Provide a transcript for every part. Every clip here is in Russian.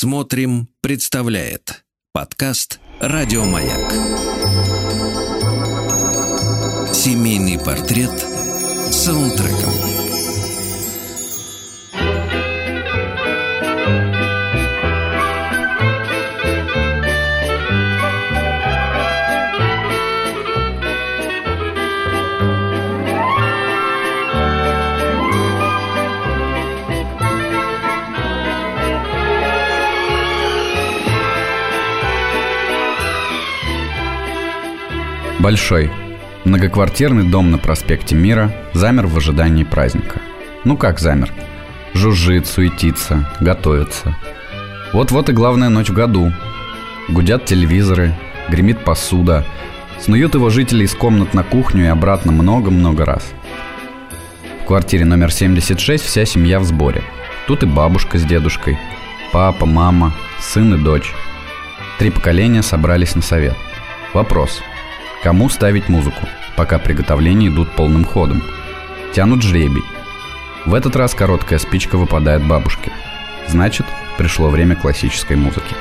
Смотрим, представляет подкаст «Радиомаяк». Семейный портрет с саундтреком. Большой, многоквартирный дом на проспекте Мира замер в ожидании праздника. Ну как замер? Жужжит, суетится, готовится. Вот-вот и главная ночь в году. Гудят телевизоры, гремит посуда, снуют его жители из комнат на кухню и обратно много-много раз. В квартире номер 76 вся семья в сборе. Тут и бабушка с дедушкой, папа, мама, сын и дочь. 3 поколения собрались на совет. Вопрос: кому ставить музыку, пока приготовления идут полным ходом? Тянут жребий. В этот раз короткая спичка выпадает бабушке. Значит, пришло время классической музыки.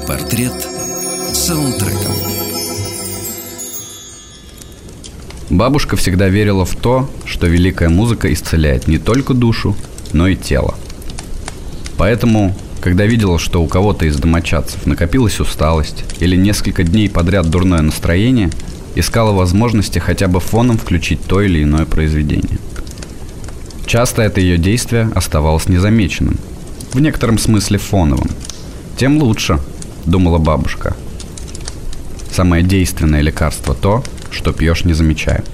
портрет саундтреком. Бабушка всегда верила в то, что великая музыка исцеляет не только душу, но и тело. Поэтому, когда видела, что у кого-то из домочадцев накопилась усталость или несколько дней подряд дурное настроение, искала возможности хотя бы фоном включить то или иное произведение. Часто это ее действие оставалось незамеченным, в некотором смысле фоновым. Тем лучше, думала бабушка. Самое действенное лекарство то, что пьешь не замечая.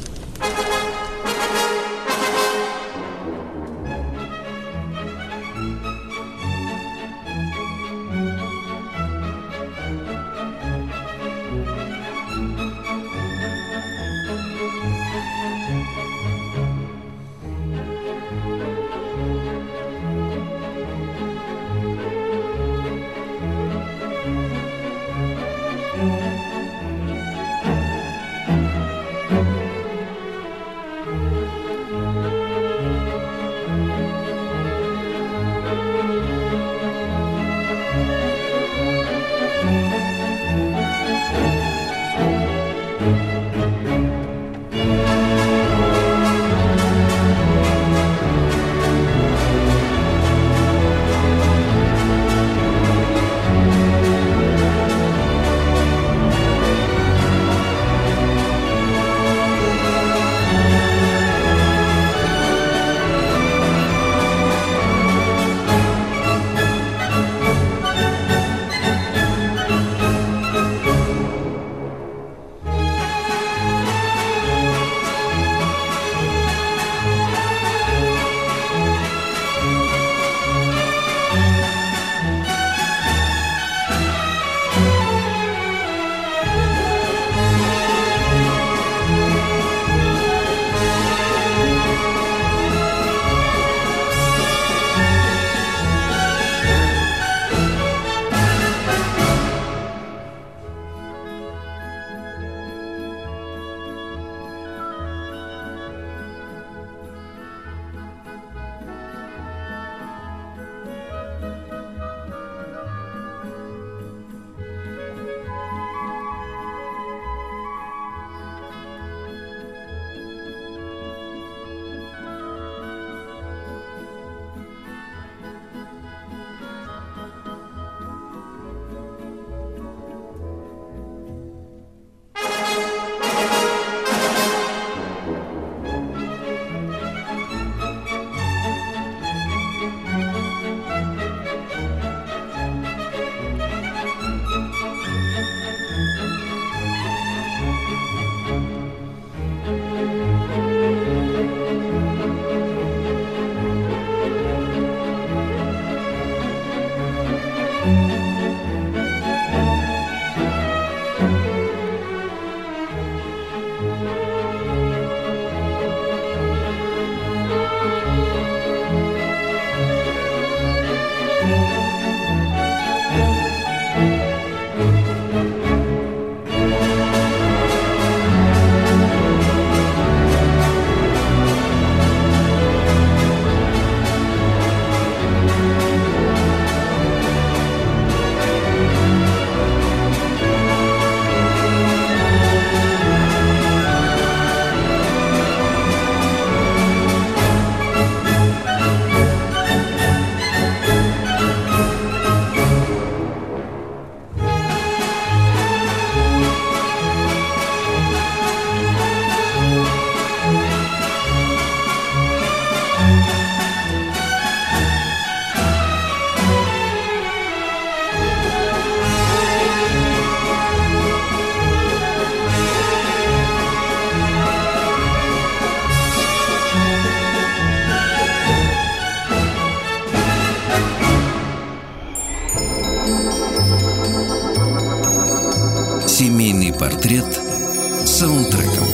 Семейный портрет саундтреком.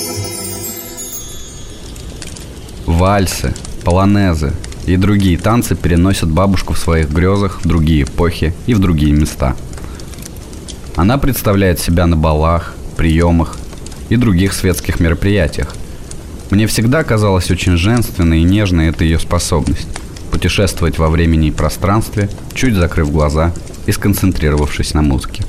Вальсы, полонезы и другие танцы переносят бабушку в своих грезах в другие эпохи и в другие места. Она представляет себя на балах, приемах и других светских мероприятиях. Мне всегда казалась очень женственной и нежной эта ее способность – путешествовать во времени и пространстве, чуть закрыв глаза и сконцентрировавшись на музыке.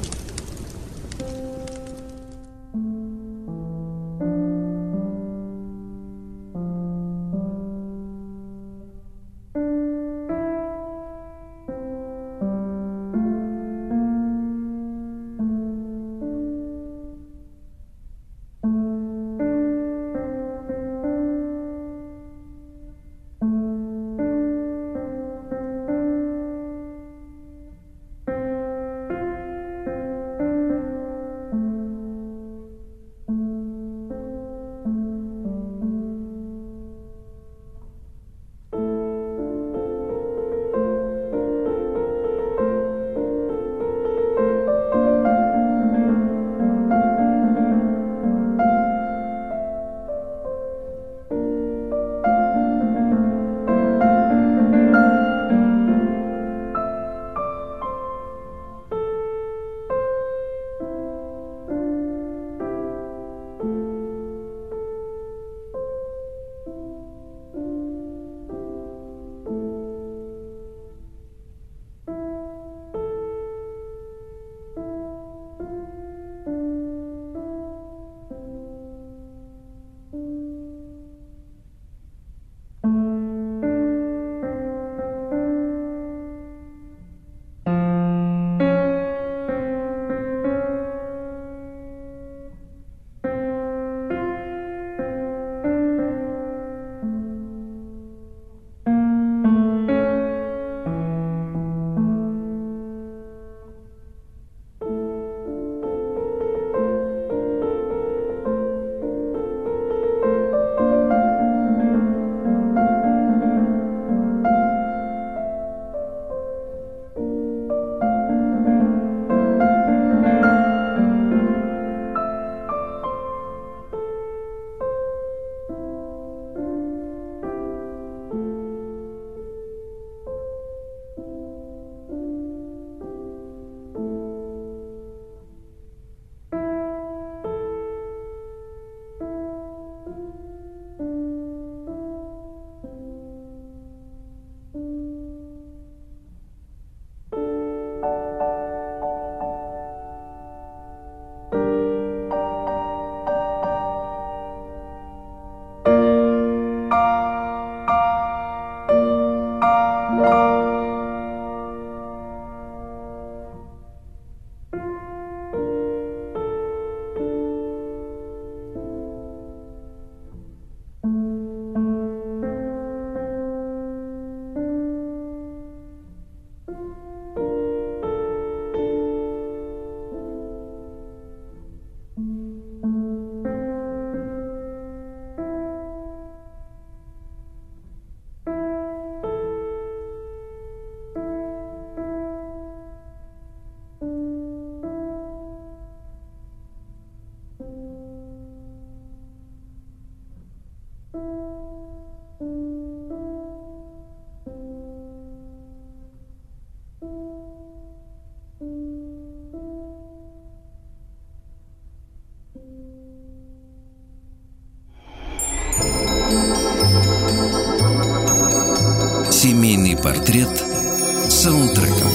Семейный портрет саундтреком.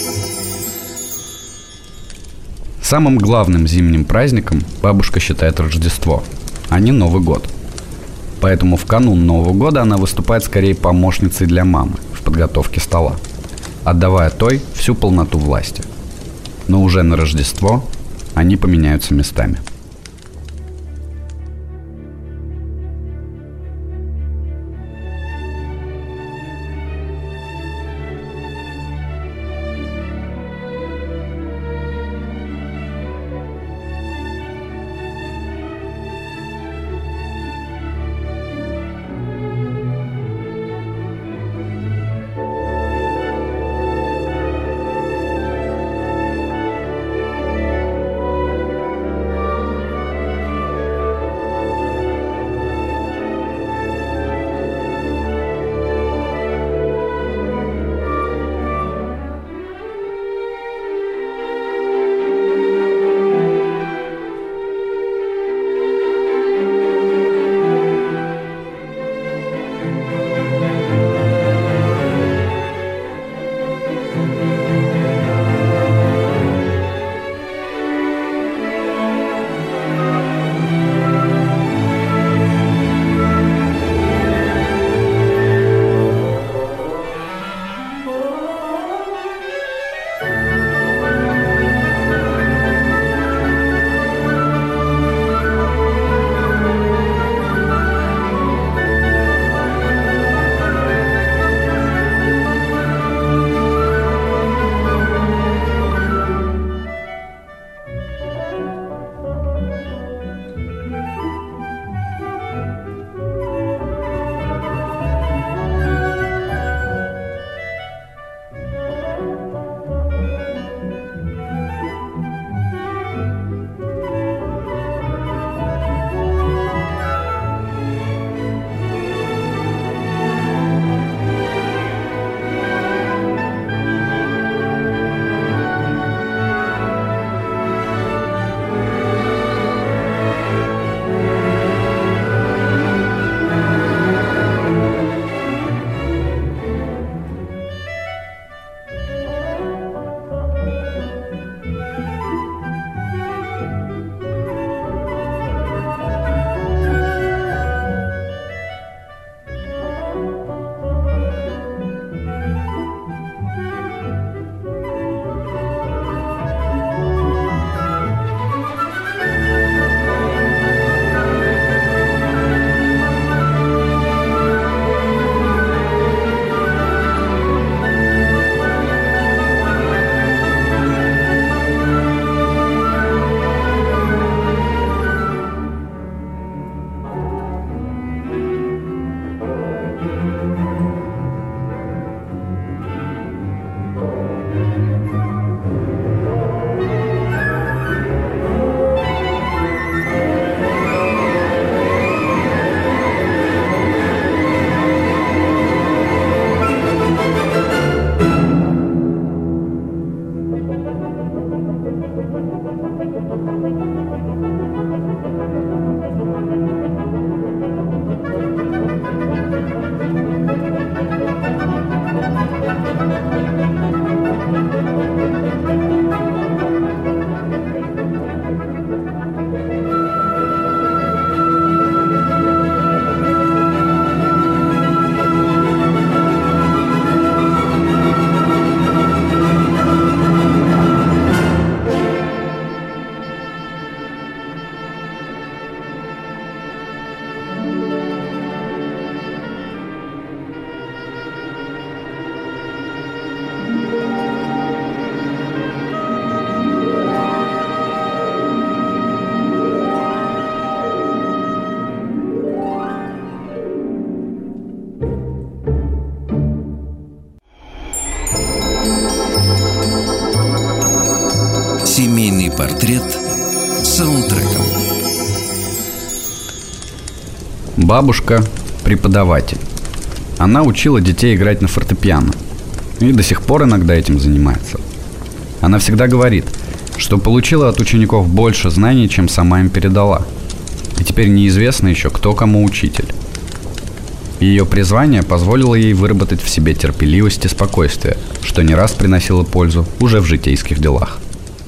Самым главным зимним праздником бабушка считает Рождество, а не Новый год. Поэтому в канун Нового года она выступает скорее помощницей для мамы в подготовке стола, отдавая той всю полноту власти. Но уже на Рождество они поменяются местами. Портрет саундтреком. Бабушка – преподаватель. Она учила детей играть на фортепиано. И до сих пор иногда этим занимается. Она всегда говорит, что получила от учеников больше знаний, чем сама им передала. И теперь неизвестно еще, кто кому учитель. Ее призвание позволило ей выработать в себе терпеливость и спокойствие, что не раз приносило пользу уже в житейских делах.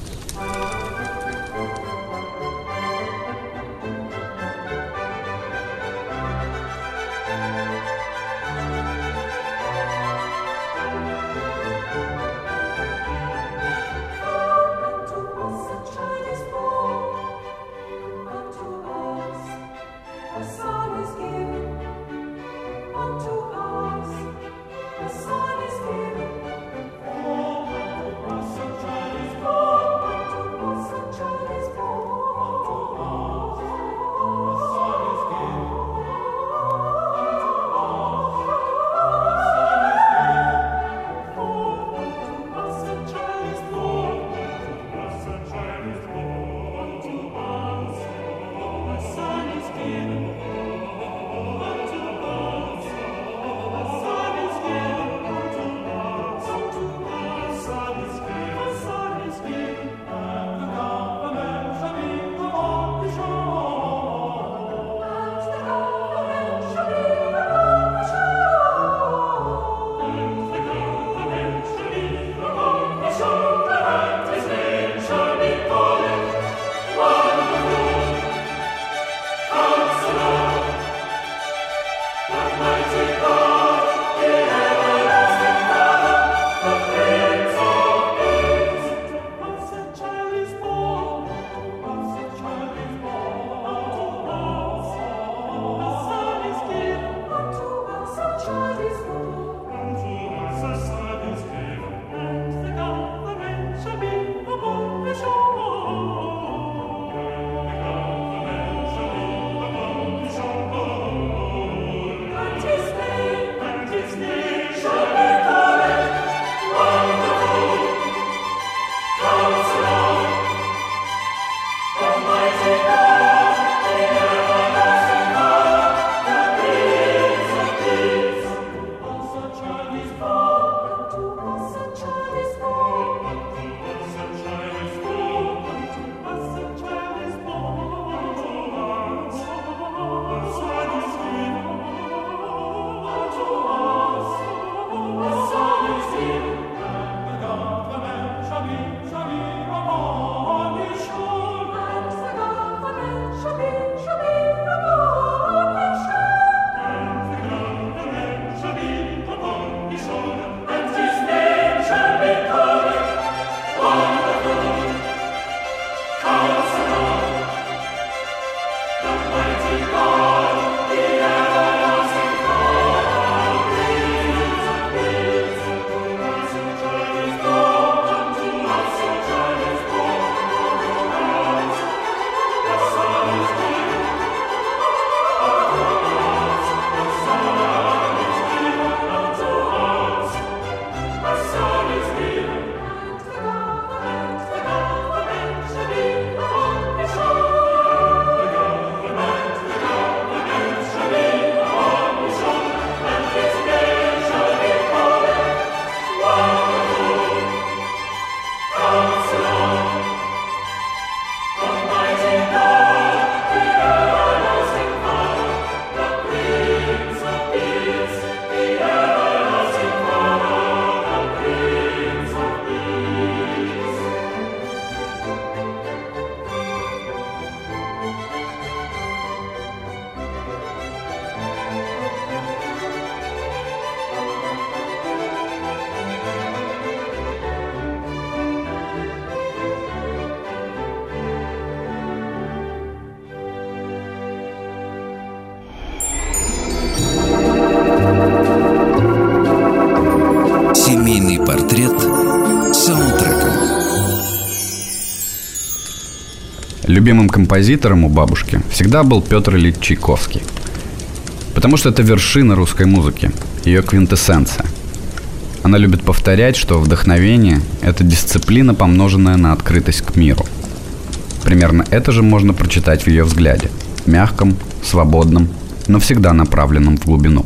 Портрет саундтреком. Любимым композитором у бабушки всегда был Петр Ильич Чайковский. Потому что это вершина русской музыки, ее квинтэссенция. Она любит повторять, что вдохновение – это дисциплина, помноженная на открытость к миру. Примерно это же можно прочитать в ее взгляде. Мягком, свободном, но всегда направленном в глубину.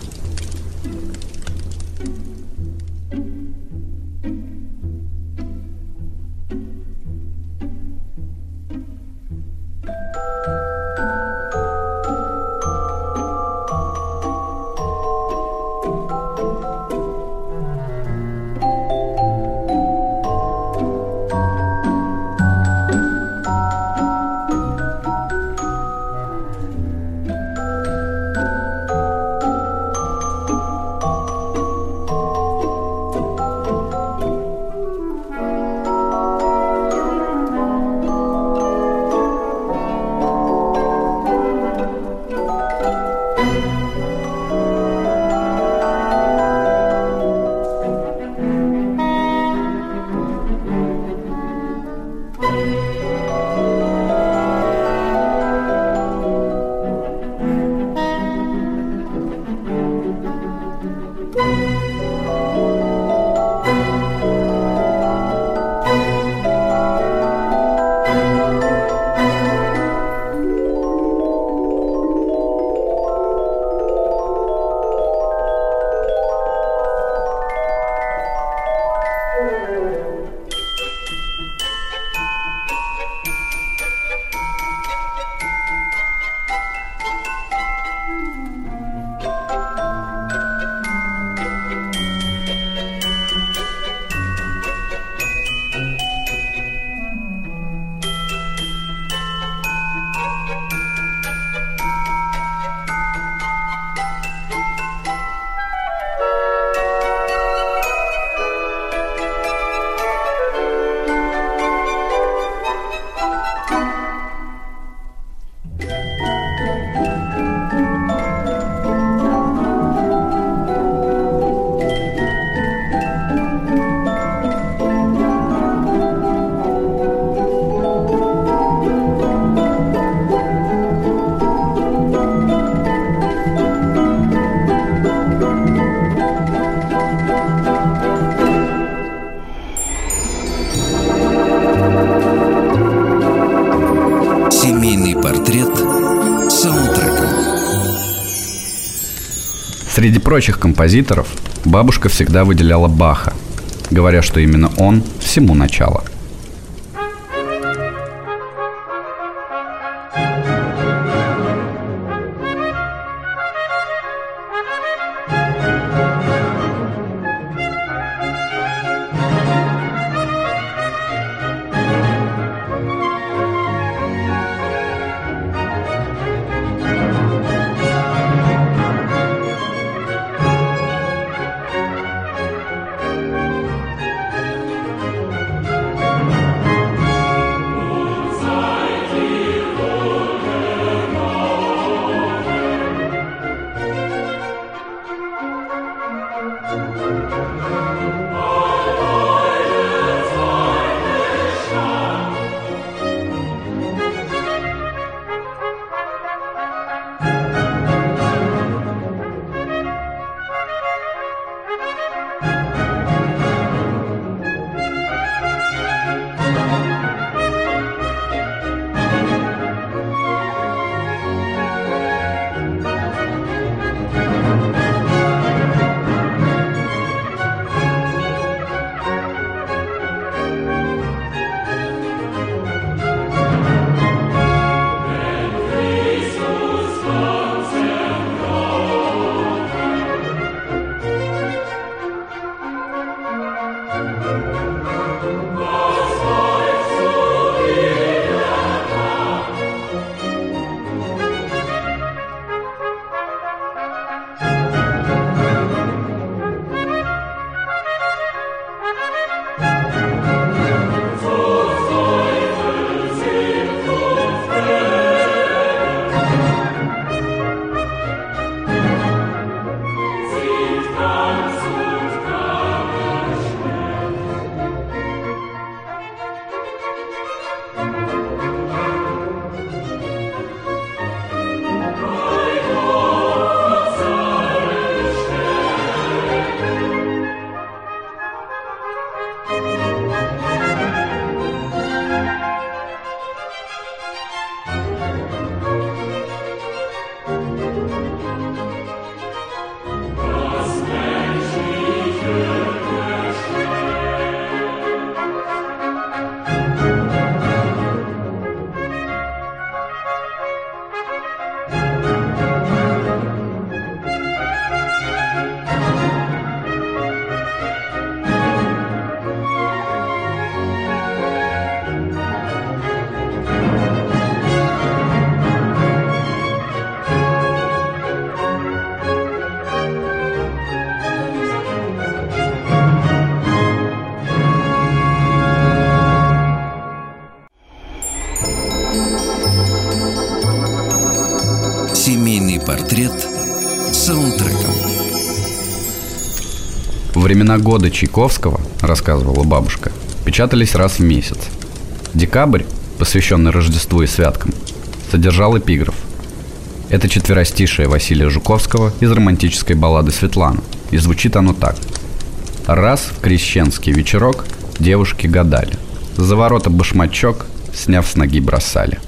Портрет саундтреком. Среди прочих композиторов бабушка всегда выделяла Баха, говоря, что именно он всему начало. Семейный портрет саундтреком. Во времена года Чайковского, рассказывала бабушка, печатались раз в месяц. Декабрь, посвященный Рождеству и святкам, содержал эпиграф. Это четверостишее Василия Жуковского из романтической баллады «Светлана», и звучит оно так. Раз в крещенский вечерок девушки гадали, за ворота башмачок, сняв с ноги, бросали.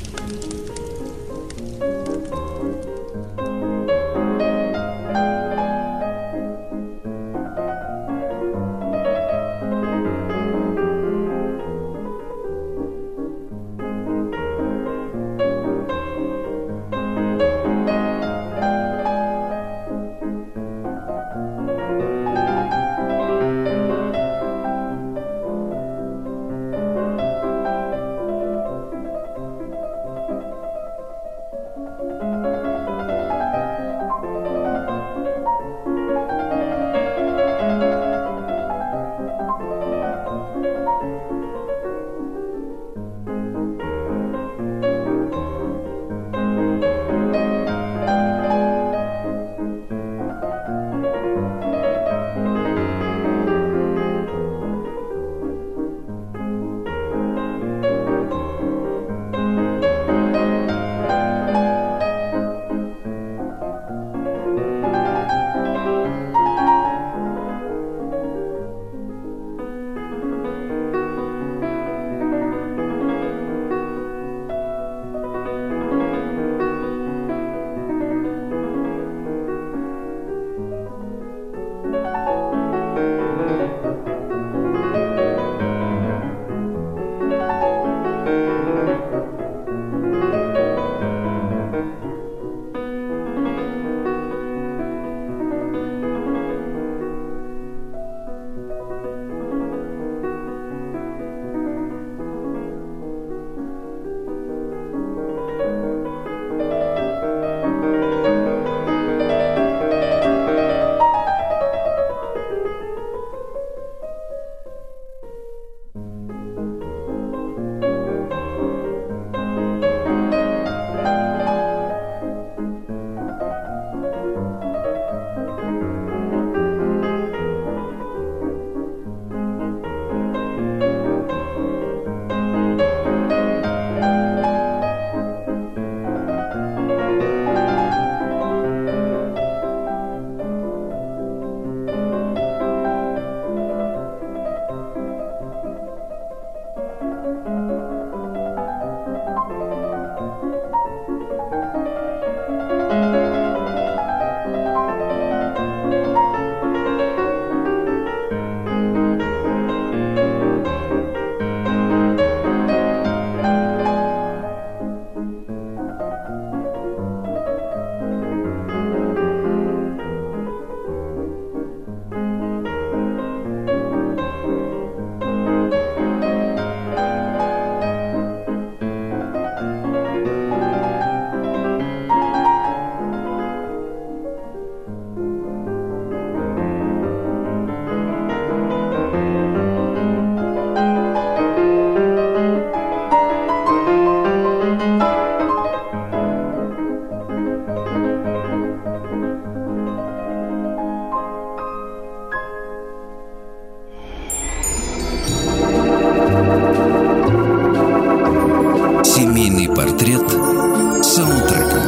Семейный портрет саундтреком.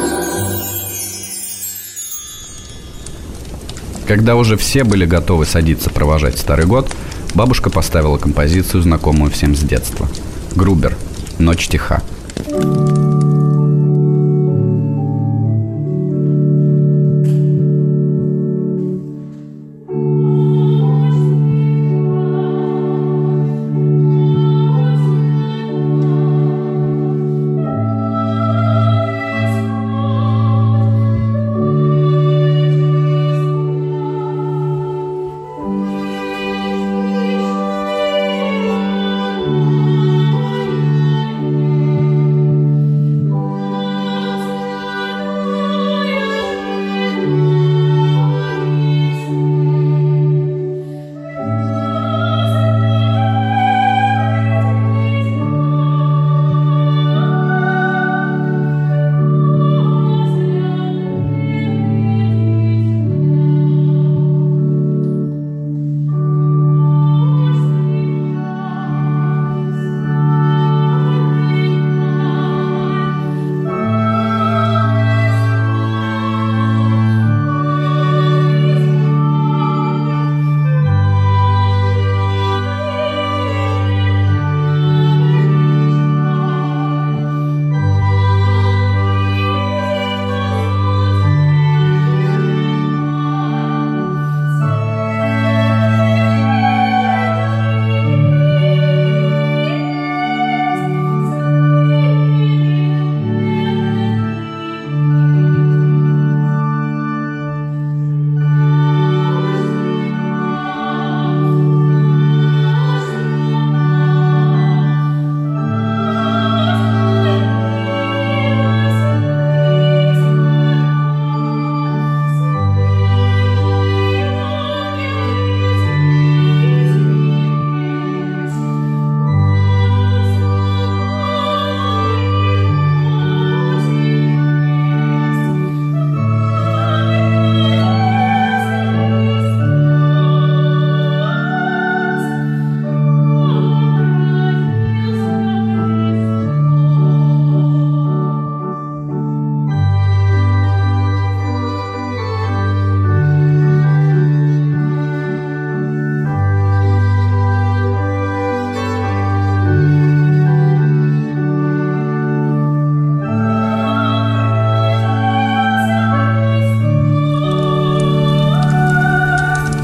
Когда уже все были готовы садиться провожать Старый год, бабушка поставила композицию, знакомую всем с детства. Грубер «Ночь тиха».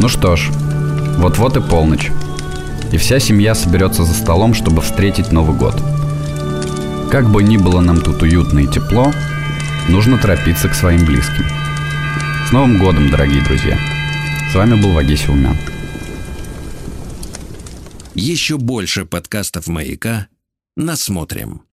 Ну что ж, вот-вот и полночь. И вся семья соберется за столом, чтобы встретить Новый год. Как бы ни было нам тут уютно и тепло, нужно торопиться к своим близким. С Новым годом, дорогие друзья! С вами был Вагеся Умян. Еще больше подкастов «Маяка» насмотрим.